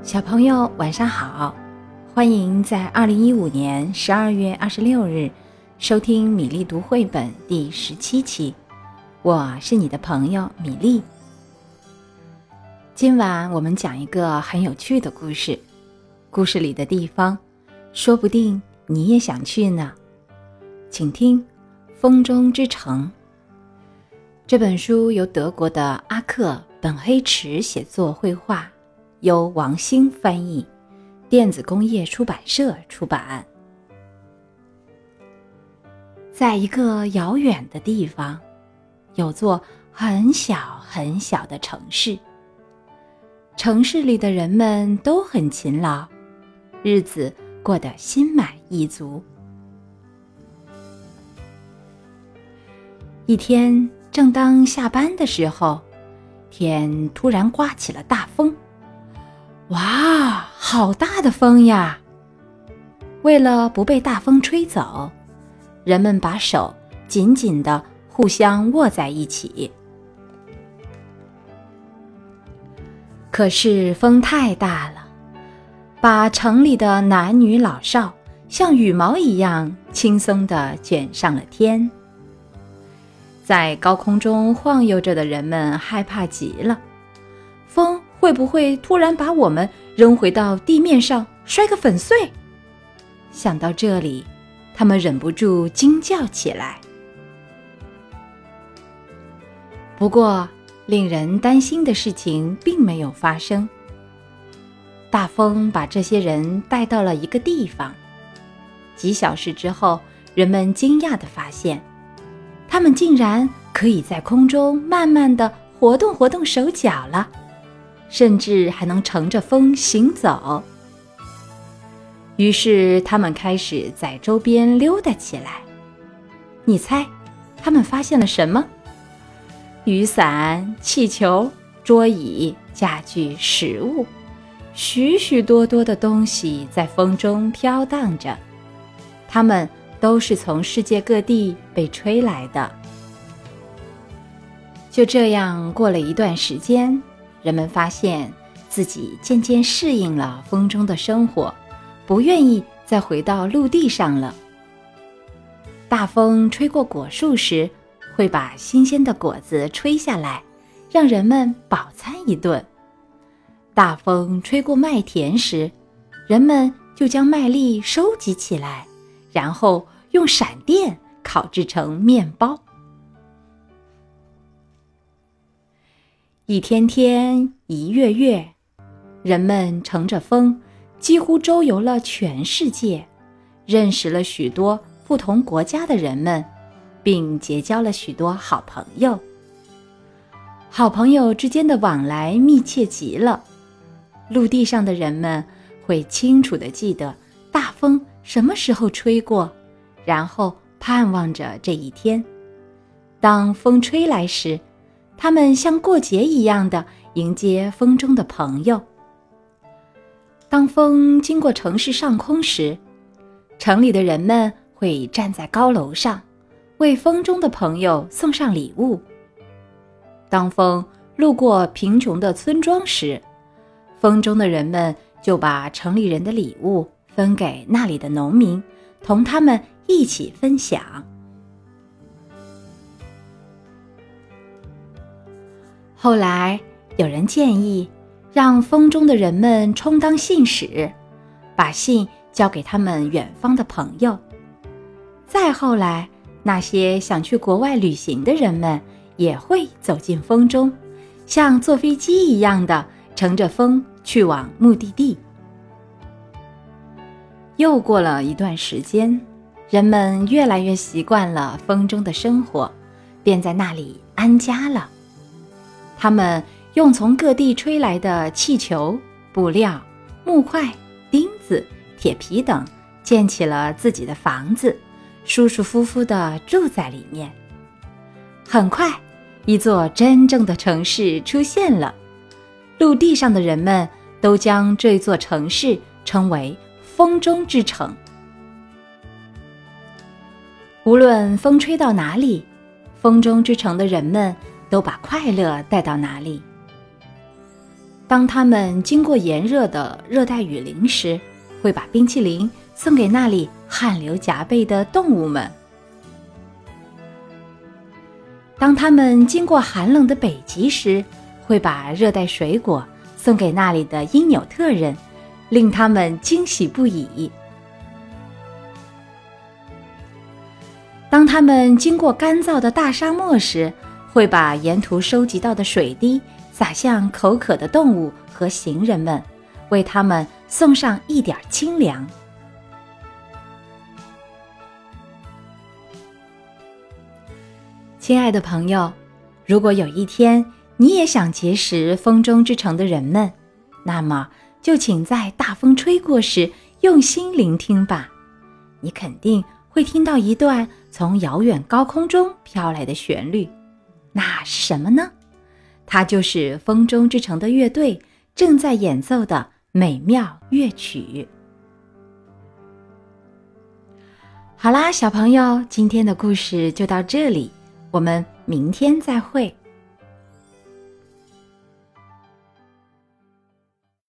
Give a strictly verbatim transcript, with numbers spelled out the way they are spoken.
小朋友晚上好，欢迎在二零一五年十二月二十六日收听米粒读绘本第十七期，我是你的朋友米粒。今晚我们讲一个很有趣的故事，故事里的地方说不定你也想去呢。请听《风中之城》。这本书由德国的阿克本黑池写作绘画，由王兴翻译，电子工业出版社出版。在一个遥远的地方，有座很小很小的城市。城市里的人们都很勤劳，日子过得心满意足。一天，正当下班的时候，天突然刮起了大风。哇，好大的风呀！为了不被大风吹走，人们把手紧紧地互相握在一起。可是风太大了，把城里的男女老少像羽毛一样轻松地卷上了天。在高空中晃悠着的人们害怕极了，风会不会突然把我们扔回到地面上，摔个粉碎？想到这里，他们忍不住惊叫起来。不过，令人担心的事情并没有发生。大风把这些人带到了一个地方。几小时之后，人们惊讶地发现，他们竟然可以在空中慢慢地活动活动手脚了，甚至还能乘着风行走。于是他们开始在周边溜达起来。你猜，他们发现了什么？雨伞、气球、桌椅、家具、食物，许许多多的东西在风中飘荡着，它们都是从世界各地被吹来的。就这样过了一段时间，人们发现自己渐渐适应了风中的生活，不愿意再回到陆地上了。大风吹过果树时，会把新鲜的果子吹下来，让人们饱餐一顿。大风吹过麦田时，人们就将麦粒收集起来，然后用闪电烤制成面包。一天天，一月月，人们乘着风，几乎周游了全世界，认识了许多不同国家的人们，并结交了许多好朋友。好朋友之间的往来密切极了。陆地上的人们会清楚地记得大风什么时候吹过，然后盼望着这一天。当风吹来时，他们像过节一样的迎接风中的朋友。当风经过城市上空时，城里的人们会站在高楼上，为风中的朋友送上礼物。当风路过贫穷的村庄时，风中的人们就把城里人的礼物分给那里的农民，同他们一起分享。后来有人建议让风中的人们充当信使，把信交给他们远方的朋友。再后来，那些想去国外旅行的人们也会走进风中，像坐飞机一样的乘着风去往目的地。又过了一段时间，人们越来越习惯了风中的生活，便在那里安家了。他们用从各地吹来的气球、布料、木块、钉子、铁皮等建起了自己的房子，舒舒服服地住在里面。很快，一座真正的城市出现了。陆地上的人们都将这座城市称为风中之城。无论风吹到哪里，风中之城的人们都把快乐带到哪里。 当他们经过炎热的热带雨林时，会把冰淇淋送给那里汗流浃背的动物们。当他们经过寒冷的北极时，会把热带水果送给那里的因纽特人，令他们惊喜不已。当他们经过干燥的大沙漠时，会把沿途收集到的水滴洒向口渴的动物和行人们，为他们送上一点清凉。亲爱的朋友，如果有一天你也想结识风中之城的人们，那么就请在大风吹过时用心聆听吧，你肯定会听到一段从遥远高空中飘来的旋律。那是什么呢？它就是风中之城的乐队正在演奏的美妙乐曲。好啦，小朋友，今天的故事就到这里，我们明天再会。